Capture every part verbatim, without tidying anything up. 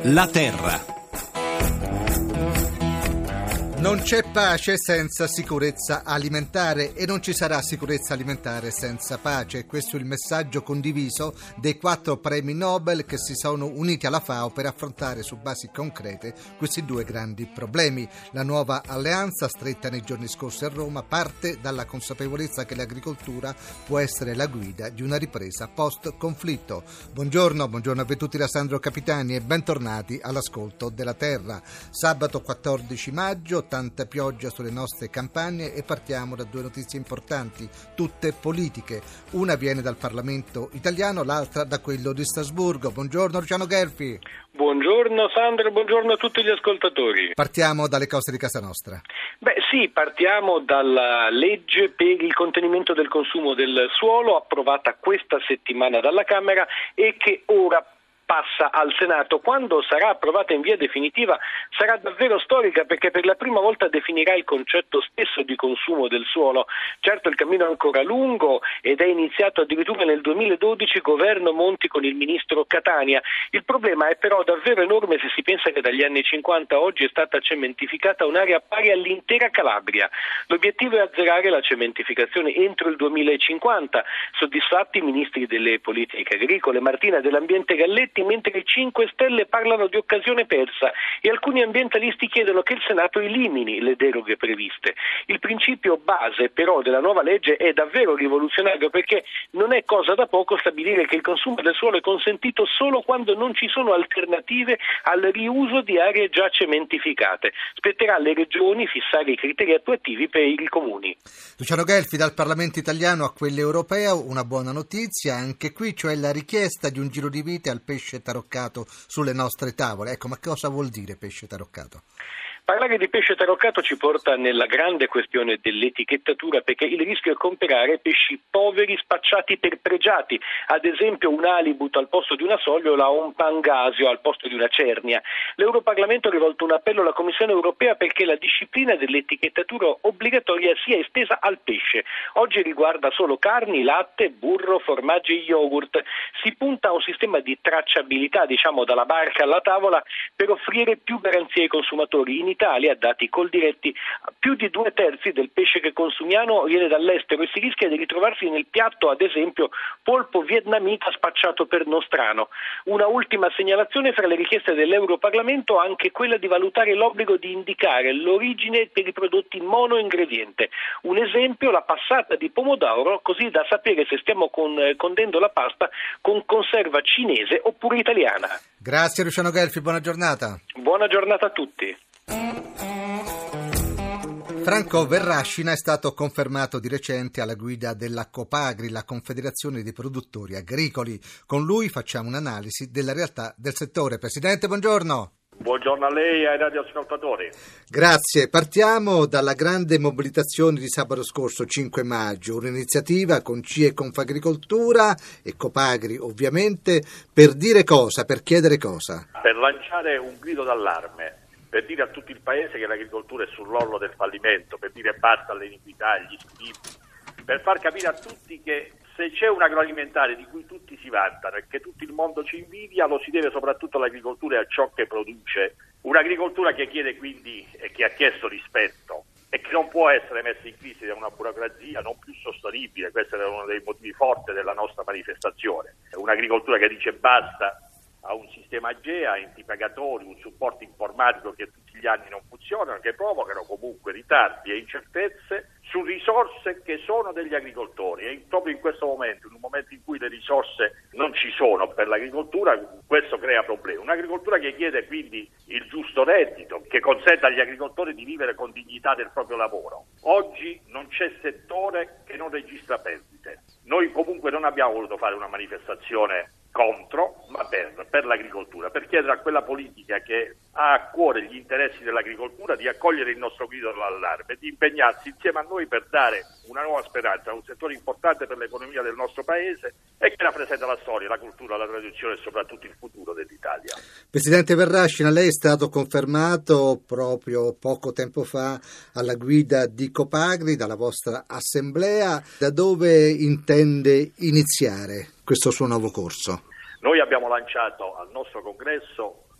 La Terra. Non c'è pace senza sicurezza alimentare e non ci sarà sicurezza alimentare senza pace. Questo è il messaggio condiviso dei quattro premi Nobel che si sono uniti alla FAO per affrontare su basi concrete questi due grandi problemi. La nuova alleanza, stretta nei giorni scorsi a Roma, parte dalla consapevolezza che l'agricoltura può essere la guida di una ripresa post-conflitto. Buongiorno, buongiorno a voi tutti da Sandro Capitani e bentornati all'ascolto della Terra. Sabato quattordici maggio, tanta pioggia sulle nostre campagne e partiamo da due notizie importanti, tutte politiche. Una viene dal Parlamento italiano, l'altra da quello di Strasburgo. Buongiorno Luciano Gelfi. Buongiorno Sandro, buongiorno a tutti gli ascoltatori. Partiamo dalle cose di casa nostra. Beh sì, partiamo dalla legge per il contenimento del consumo del suolo approvata questa settimana dalla Camera e che ora passa al Senato. Quando sarà approvata in via definitiva sarà davvero storica, perché per la prima volta definirà il concetto stesso di consumo del suolo. Certo, il cammino è ancora lungo ed è iniziato addirittura nel duemiladodici, governo Monti con il ministro Catania. Il problema è però davvero enorme se si pensa che dagli anni cinquanta a oggi è stata cementificata un'area pari all'intera Calabria. L'obiettivo è azzerare la cementificazione entro il duemilacinquanta. Soddisfatti i ministri delle politiche agricole Martina dell'Ambiente Galletti, mentre i cinque Stelle parlano di occasione persa e alcuni ambientalisti chiedono che il Senato elimini le deroghe previste. Il principio base però della nuova legge è davvero rivoluzionario, perché non è cosa da poco stabilire che il consumo del suolo è consentito solo quando non ci sono alternative al riuso di aree già cementificate. Spetterà alle regioni fissare i criteri attuativi per i comuni. Luciano Gelfi, dal Parlamento italiano a quello europeo, una buona notizia anche qui, cioè la richiesta di un giro di vite al pesce taroccato sulle nostre tavole. Ecco, ma cosa vuol dire pesce taroccato? Parlare di pesce taroccato ci porta nella grande questione dell'etichettatura, perché il rischio è comprare pesci poveri spacciati per pregiati, ad esempio un halibut al posto di una sogliola o un pangasio al posto di una cernia. L'Europarlamento ha rivolto un appello alla Commissione europea perché la disciplina dell'etichettatura obbligatoria sia estesa al pesce. Oggi riguarda solo carni, latte, burro, formaggi e yogurt. Si punta a un sistema di tracciabilità, diciamo dalla barca alla tavola, per offrire più garanzie ai consumatori. In Italia, dati Coldiretti, più di due terzi del pesce che consumiamo viene dall'estero e si rischia di ritrovarsi nel piatto, ad esempio, polpo vietnamita spacciato per nostrano. Una ultima segnalazione: fra le richieste dell'Europarlamento anche quella di valutare l'obbligo di indicare l'origine per i prodotti monoingrediente. Un esempio, la passata di pomodoro, così da sapere se stiamo con, condendo la pasta con conserva cinese oppure italiana. Grazie Luciano Gelfi, buona giornata. Buona giornata a tutti. Franco Verrascina è stato confermato di recente alla guida della Copagri, la Confederazione dei Produttori Agricoli. Con lui facciamo un'analisi della realtà del settore. Presidente, buongiorno. Buongiorno a lei e ai radioascoltatori. Grazie. Partiamo dalla grande mobilitazione di sabato scorso, cinque maggio, un'iniziativa con C I E Confagricoltura e Copagri ovviamente, per dire cosa, per chiedere cosa? Per lanciare un grido d'allarme, per dire a tutto il Paese che l'agricoltura è sull'orlo del fallimento, per dire basta all'iniquità, agli squilibri, per far capire a tutti che se c'è un agroalimentare di cui tutti si vantano e che tutto il mondo ci invidia, lo si deve soprattutto all'agricoltura e a ciò che produce. Un'agricoltura che chiede quindi e che ha chiesto rispetto e che non può essere messa in crisi da una burocrazia non più sostenibile. Questo era uno dei motivi forti della nostra manifestazione. Un'agricoltura che dice basta a un sistema AGEA, enti pagatori, un supporto informatico che tutti gli anni non funzionano, che provocano comunque ritardi e incertezze su risorse che sono degli agricoltori. E proprio in questo momento, in un momento in cui le risorse non ci sono per l'agricoltura, questo crea problemi. Un'agricoltura che chiede quindi il giusto reddito, che consenta agli agricoltori di vivere con dignità del proprio lavoro. Oggi non c'è settore che non registra perdite. Noi comunque non abbiamo voluto fare una manifestazione contro, ma per, per l'agricoltura, per chiedere a quella politica che ha a cuore gli interessi dell'agricoltura di accogliere il nostro grido all'allarme, di impegnarsi insieme a noi per dare una nuova speranza a un settore importante per l'economia del nostro paese e che rappresenta la storia, la cultura, la tradizione e soprattutto il futuro dell'Italia. Presidente Verrascina, lei è stato confermato proprio poco tempo fa alla guida di Copagri dalla vostra assemblea. Da dove intende iniziare questo suo nuovo corso? Noi abbiamo lanciato al nostro congresso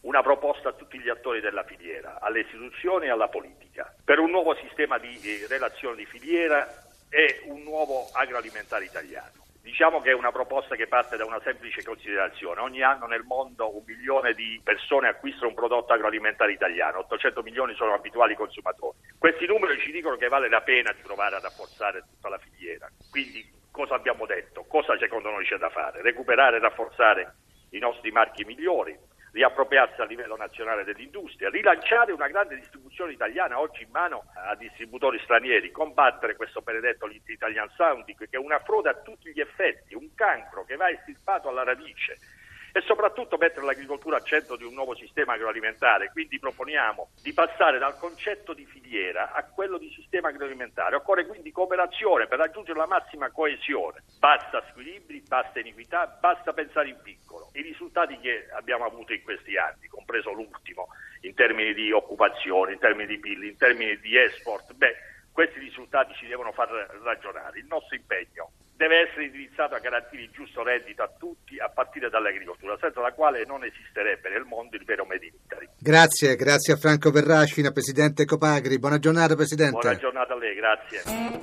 una proposta a tutti gli attori della filiera, alle istituzioni e alla politica, per un nuovo sistema di eh, relazioni di filiera e un nuovo agroalimentare italiano. Diciamo che è una proposta che parte da una semplice considerazione. Ogni anno nel mondo un milione di persone acquistano un prodotto agroalimentare italiano, ottocento milioni sono abituali consumatori. Questi numeri ci dicono che vale la pena di provare a rafforzare tutta la filiera. Quindi cosa abbiamo detto? Cosa secondo noi c'è da fare? Recuperare e rafforzare i nostri marchi migliori, riappropriarsi a livello nazionale dell'industria, rilanciare una grande distribuzione italiana oggi in mano a distributori stranieri, combattere questo benedetto Italian Sounding, che è una frode a tutti gli effetti, un cancro che va estirpato alla radice, e soprattutto mettere l'agricoltura al centro di un nuovo sistema agroalimentare. Quindi proponiamo di passare dal concetto di filiera a quello di sistema agroalimentare. Occorre quindi cooperazione per raggiungere la massima coesione. Basta squilibri, basta iniquità, basta pensare in piccolo. I risultati che abbiamo avuto in questi anni, compreso l'ultimo, in termini di occupazione, in termini di P I L, in termini di export, beh, questi risultati ci devono far ragionare. Il nostro impegno deve essere indirizzato a garantire il giusto reddito a tutti, a partire dall'agricoltura, senza la quale non esisterebbe nel mondo il vero Made in Italy. Grazie, grazie a Franco Verracina, Presidente Copagri. Buona giornata, Presidente. Buona giornata a lei, grazie.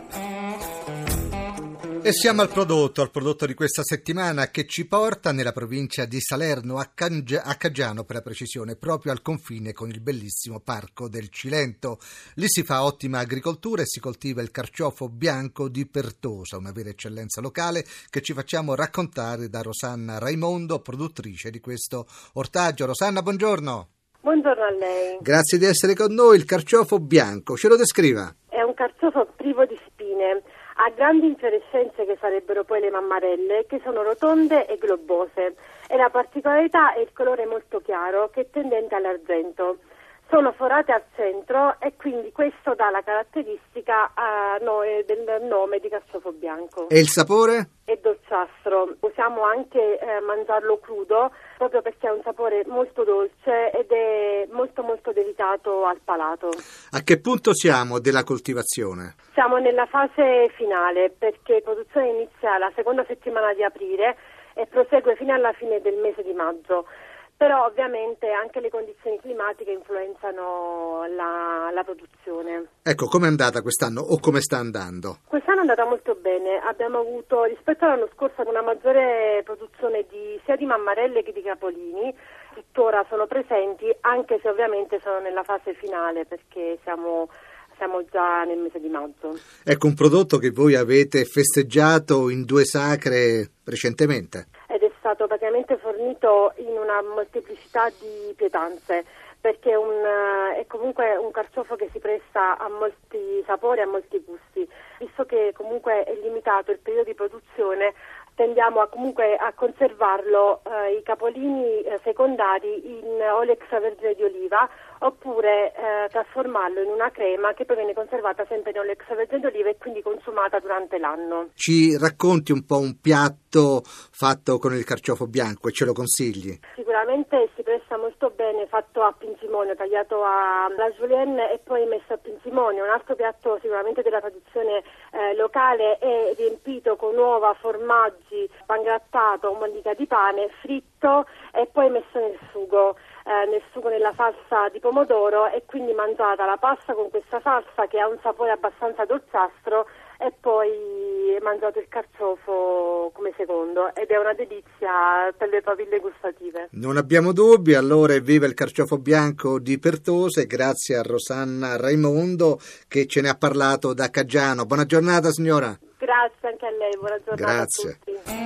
E siamo al prodotto, al prodotto di questa settimana, che ci porta nella provincia di Salerno, a, Cangia, a Caggiano per la precisione, proprio al confine con il bellissimo Parco del Cilento. Lì si fa ottima agricoltura e si coltiva il carciofo bianco di Pertosa, una vera eccellenza locale che ci facciamo raccontare da Rosanna Raimondo, produttrice di questo ortaggio. Rosanna, buongiorno. Buongiorno a lei. Grazie di essere con noi. Il carciofo bianco, ce lo descriva? È un carciofo privo di spine. Ha grandi infiorescenze che sarebbero poi le mammarelle, che sono rotonde e globose, e la particolarità è il colore molto chiaro, che è tendente all'argento. Sono forate al centro e quindi questo dà la caratteristica a noi del nome di carciofo bianco. E il sapore? È dolciastro. Possiamo anche eh, mangiarlo crudo, proprio perché ha un sapore molto dolce ed è molto molto delicato al palato. A che punto siamo della coltivazione? Siamo nella fase finale, perché la produzione inizia la seconda settimana di aprile e prosegue fino alla fine del mese di maggio. Però ovviamente anche le condizioni climatiche influenzano la, la produzione. Ecco, com'è andata quest'anno o come sta andando? Quest'anno è andata molto bene, abbiamo avuto rispetto all'anno scorso una maggiore produzione di, sia di mammarelle che di capolini, tuttora sono presenti, anche se ovviamente sono nella fase finale perché siamo... Siamo già nel mese di maggio. Ecco, un prodotto che voi avete festeggiato in due sacre recentemente. Ed è stato praticamente fornito in una molteplicità di pietanze, perché è, un, è comunque un carciofo che si presta a molti sapori, a molti gusti. Visto che comunque è limitato il periodo di produzione, tendiamo a, comunque a conservarlo eh, i capolini eh, secondari in olio extravergine di oliva, oppure eh, trasformarlo in una crema che poi viene conservata sempre in olio extravergine di oliva e quindi consumata durante l'anno. Ci racconti un po' un piatto fatto con il carciofo bianco e ce lo consigli? Sicuramente si presta molto bene, fatto a pinzimonio, tagliato alla julienne e poi messo a pinzimonio. Un altro piatto sicuramente della tradizione eh, locale è riempito con uova, formaggi, pangrattato, mollica di pane, fritto e poi messo nel sugo. Eh, nel sugo nella salsa di pomodoro, e quindi mangiata la pasta con questa salsa che ha un sapore abbastanza dolciastro, e poi mangiato il carciofo come secondo, ed è una delizia per le papille gustative. Non abbiamo dubbi, allora evviva il carciofo bianco di Pertosa, e grazie a Rosanna Raimondo che ce ne ha parlato da Caggiano. Buona giornata signora. Grazie anche a lei, buona giornata. Grazie. A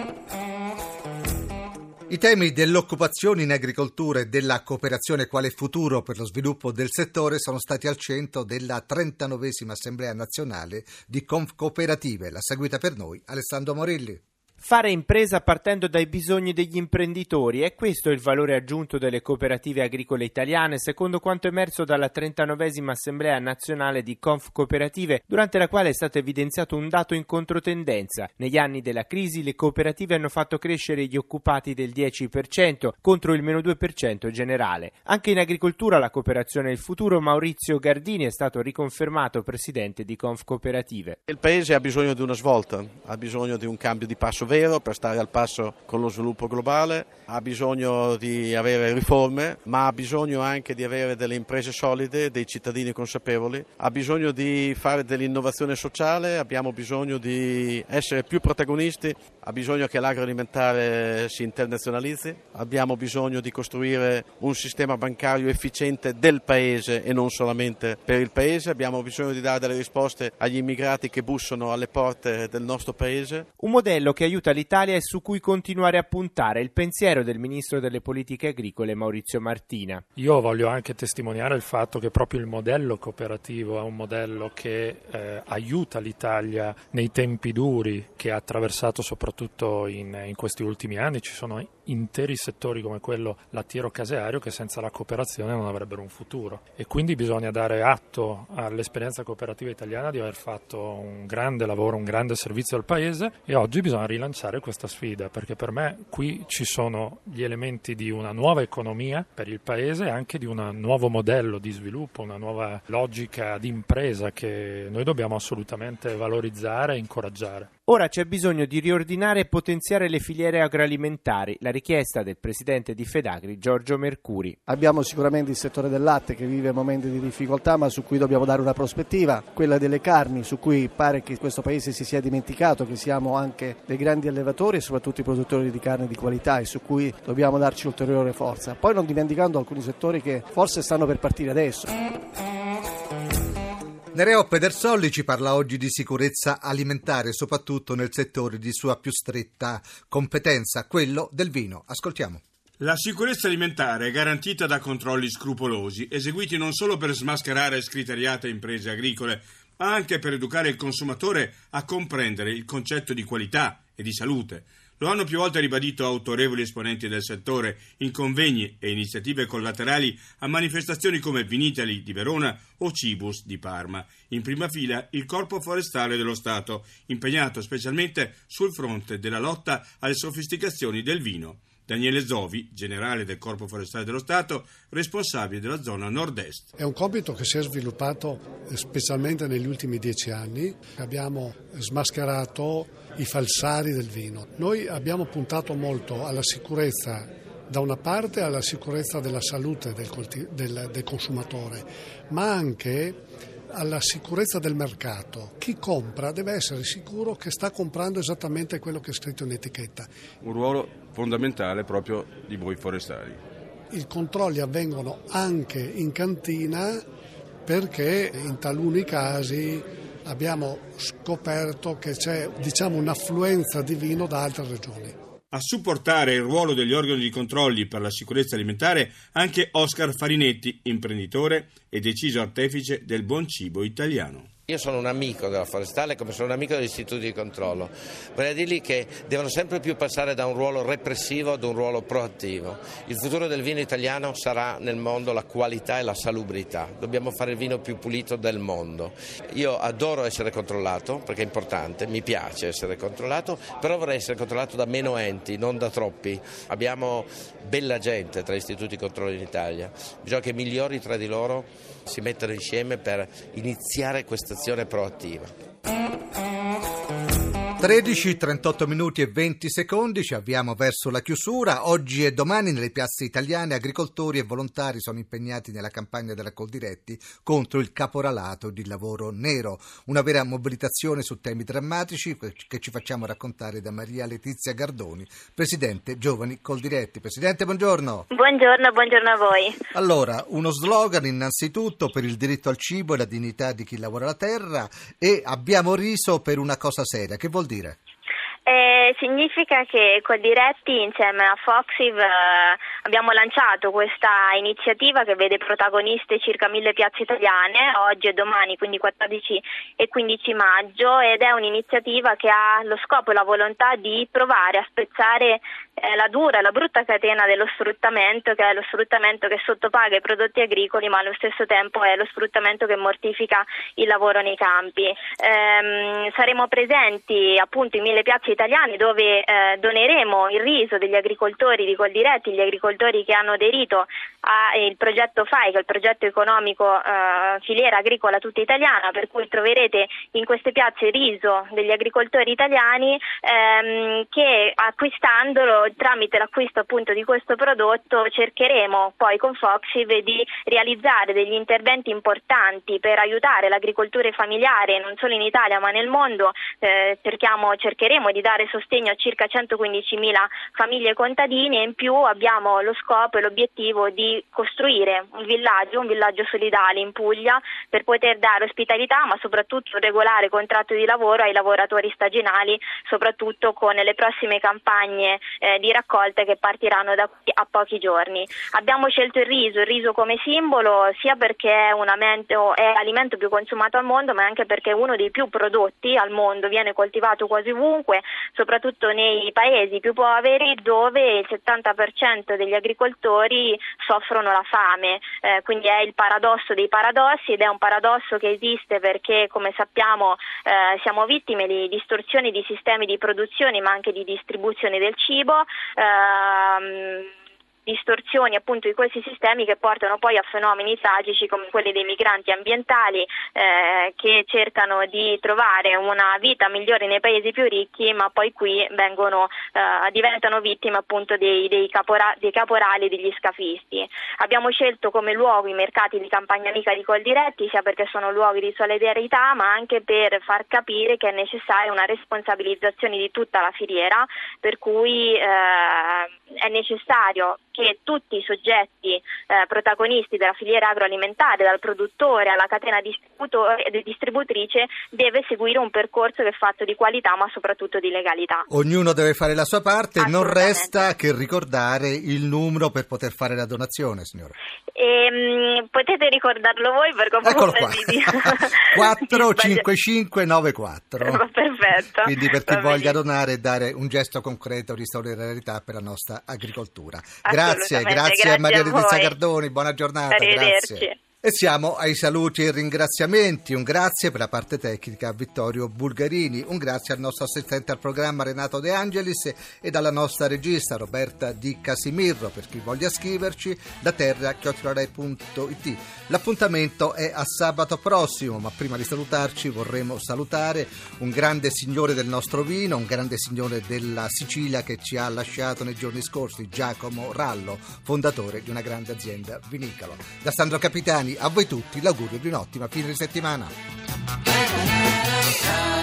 tutti. I temi dell'occupazione in agricoltura e della cooperazione quale futuro per lo sviluppo del settore sono stati al centro della trentanovesima Assemblea Nazionale di Confcooperative. L'ha seguita per noi Alessandro Morilli. Fare impresa partendo dai bisogni degli imprenditori, è questo il valore aggiunto delle cooperative agricole italiane, secondo quanto emerso dalla trentanovesima Assemblea Nazionale di Confcooperative, durante la quale è stato evidenziato un dato in controtendenza. Negli anni della crisi le cooperative hanno fatto crescere gli occupati del dieci per cento contro il meno due per cento generale. Anche in agricoltura la cooperazione è il futuro. Maurizio Gardini è stato riconfermato presidente di Confcooperative. Il Paese ha bisogno di una svolta, ha bisogno di un cambio di passo vero. vero per stare al passo con lo sviluppo globale, ha bisogno di avere riforme, ma ha bisogno anche di avere delle imprese solide, dei cittadini consapevoli, ha bisogno di fare dell'innovazione sociale, abbiamo bisogno di essere più protagonisti, ha bisogno che l'agroalimentare si internazionalizzi, abbiamo bisogno di costruire un sistema bancario efficiente del Paese e non solamente per il Paese, abbiamo bisogno di dare delle risposte agli immigrati che bussano alle porte del nostro Paese. Un modello che aiuta l'Italia e su cui continuare a puntare il pensiero del Ministro delle Politiche Agricole Maurizio Martina. Io voglio anche testimoniare il fatto che proprio il modello cooperativo è un modello che eh, aiuta l'Italia nei tempi duri, che ha attraversato soprattutto in, in questi ultimi anni. Ci sono interi settori come quello lattiero-caseario che senza la cooperazione non avrebbero un futuro, e quindi bisogna dare atto all'esperienza cooperativa italiana di aver fatto un grande lavoro, un grande servizio al Paese, e oggi bisogna rilanciare questa sfida, perché per me qui ci sono gli elementi di una nuova economia per il Paese e anche di un nuovo modello di sviluppo, una nuova logica di impresa che noi dobbiamo assolutamente valorizzare e incoraggiare. Ora c'è bisogno di riordinare e potenziare le filiere agroalimentari, la richiesta del presidente di Fedagri Giorgio Mercuri. Abbiamo sicuramente il settore del latte che vive momenti di difficoltà, ma su cui dobbiamo dare una prospettiva, quella delle carni, su cui pare che questo Paese si sia dimenticato che siamo anche dei grandi allevatori e soprattutto i produttori di carne di qualità, e su cui dobbiamo darci ulteriore forza. Poi non dimenticando alcuni settori che forse stanno per partire adesso. Nereo Pedersolli ci parla oggi di sicurezza alimentare, soprattutto nel settore di sua più stretta competenza, quello del vino. Ascoltiamo. La sicurezza alimentare è garantita da controlli scrupolosi, eseguiti non solo per smascherare scriteriate imprese agricole, ma anche per educare il consumatore a comprendere il concetto di qualità e di salute. Lo hanno più volte ribadito autorevoli esponenti del settore in convegni e iniziative collaterali a manifestazioni come Vinitaly di Verona o Cibus di Parma. In prima fila il Corpo Forestale dello Stato, impegnato specialmente sul fronte della lotta alle sofisticazioni del vino. Daniele Zovi, generale del Corpo Forestale dello Stato, responsabile della zona nord-est. È un compito che si è sviluppato specialmente negli ultimi dieci anni. Abbiamo smascherato i falsari del vino. Noi abbiamo puntato molto alla sicurezza, da una parte alla sicurezza della salute del, colti- del, del consumatore, ma anche alla sicurezza del mercato. Chi compra deve essere sicuro che sta comprando esattamente quello che è scritto in etichetta. Un ruolo fondamentale proprio di voi forestali. I controlli avvengono anche in cantina, perché in taluni casi abbiamo scoperto che c'è, diciamo, un'affluenza di vino da altre regioni. A supportare il ruolo degli organi di controlli per la sicurezza alimentare anche Oscar Farinetti, imprenditore e deciso artefice del buon cibo italiano. Io sono un amico della Forestale, come sono un amico degli istituti di controllo. Vorrei dirgli che devono sempre più passare da un ruolo repressivo ad un ruolo proattivo. Il futuro del vino italiano sarà nel mondo la qualità e la salubrità. Dobbiamo fare il vino più pulito del mondo. Io adoro essere controllato, perché è importante, mi piace essere controllato, però vorrei essere controllato da meno enti, non da troppi. Abbiamo bella gente tra gli istituti di controllo in Italia. Bisogna che i migliori tra di loro si mettano insieme per iniziare questa azione proattiva. tredici, trentotto minuti e venti secondi, ci avviamo verso la chiusura. Oggi e domani nelle piazze italiane agricoltori e volontari sono impegnati nella campagna della Coldiretti contro il caporalato di lavoro nero. Una vera mobilitazione su temi drammatici che ci facciamo raccontare da Maria Letizia Gardoni, Presidente Giovani Coldiretti. Presidente, buongiorno. Buongiorno, buongiorno a voi. Allora, uno slogan innanzitutto per il diritto al cibo e la dignità di chi lavora la terra, e abbiamo riso per una cosa seria. Che vuol dire? Eh, significa che Coldiretti insieme a Foxiv eh, abbiamo lanciato questa iniziativa che vede protagoniste circa mille piazze italiane oggi e domani, quindi quattordici e quindici maggio, ed è un'iniziativa che ha lo scopo e la volontà di provare a spezzare eh, è la dura, la brutta catena dello sfruttamento, che è lo sfruttamento che sottopaga i prodotti agricoli, ma allo stesso tempo è lo sfruttamento che mortifica il lavoro nei campi. Ehm, saremo presenti appunto in mille piazze italiane dove eh, doneremo il riso degli agricoltori di Coldiretti, gli agricoltori che hanno aderito al progetto F A I, che è il progetto economico eh, filiera agricola tutta italiana, per cui troverete in queste piazze il riso degli agricoltori italiani ehm, che acquistandolo, tramite l'acquisto appunto di questo prodotto, cercheremo poi con Foxiv di realizzare degli interventi importanti per aiutare l'agricoltura familiare non solo in Italia ma nel mondo. Eh, cerchiamo, cercheremo di dare sostegno a circa centoquindicimila famiglie contadine, e in più abbiamo lo scopo e l'obiettivo di costruire un villaggio, un villaggio solidale in Puglia, per poter dare ospitalità ma soprattutto un regolare contratto di lavoro ai lavoratori stagionali, soprattutto con le prossime campagne eh, di raccolta che partiranno da qui a pochi giorni. Abbiamo scelto il riso, il riso come simbolo, sia perché è un alimento, è l'alimento più consumato al mondo, ma anche perché è uno dei più prodotti al mondo, viene coltivato quasi ovunque, soprattutto nei paesi più poveri dove il settanta per cento degli agricoltori soffrono la fame, eh, quindi è il paradosso dei paradossi, ed è un paradosso che esiste perché, come sappiamo, eh, siamo vittime di distorsioni di sistemi di produzione ma anche di distribuzione del cibo, ehm, distorsioni appunto di questi sistemi che portano poi a fenomeni tragici come quelli dei migranti ambientali eh, che cercano di trovare una vita migliore nei paesi più ricchi, ma poi qui vengono eh, diventano vittime appunto dei, dei, capora, dei caporali, degli scafisti. Abbiamo scelto come luogo i mercati di Campagna Amica di Coldiretti, sia perché sono luoghi di solidarietà, ma anche per far capire che è necessaria una responsabilizzazione di tutta la filiera, per cui eh, è necessario che tutti i soggetti eh, protagonisti della filiera agroalimentare, dal produttore alla catena distributrice, deve seguire un percorso che è fatto di qualità ma soprattutto di legalità. Ognuno deve fare la sua parte, non resta che ricordare il numero per poter fare la donazione, signora. E, potete ricordarlo voi perché ho Eccolo qua. Di... quattro cinque cinque nove quattro. Perfetto. Quindi per chi voglia donare e dare un gesto concreto di solidarietà per la nostra agricoltura. Grazie, grazie, grazie a Maria Letizia Cardoni, buona giornata. Grazie. E siamo ai saluti e ringraziamenti. Un grazie per la parte tecnica a Vittorio Bulgarini, un grazie al nostro assistente al programma Renato De Angelis e alla nostra regista Roberta Di Casimirro. Per chi voglia scriverci, la terra chiocciola rai punto it. L'appuntamento è a sabato prossimo, ma prima di salutarci vorremmo salutare un grande signore del nostro vino, un grande signore della Sicilia che ci ha lasciato nei giorni scorsi, Giacomo Rallo, fondatore di una grande azienda vinicola. Da Sandro Capitani a voi tutti l'augurio di un'ottima fine di settimana.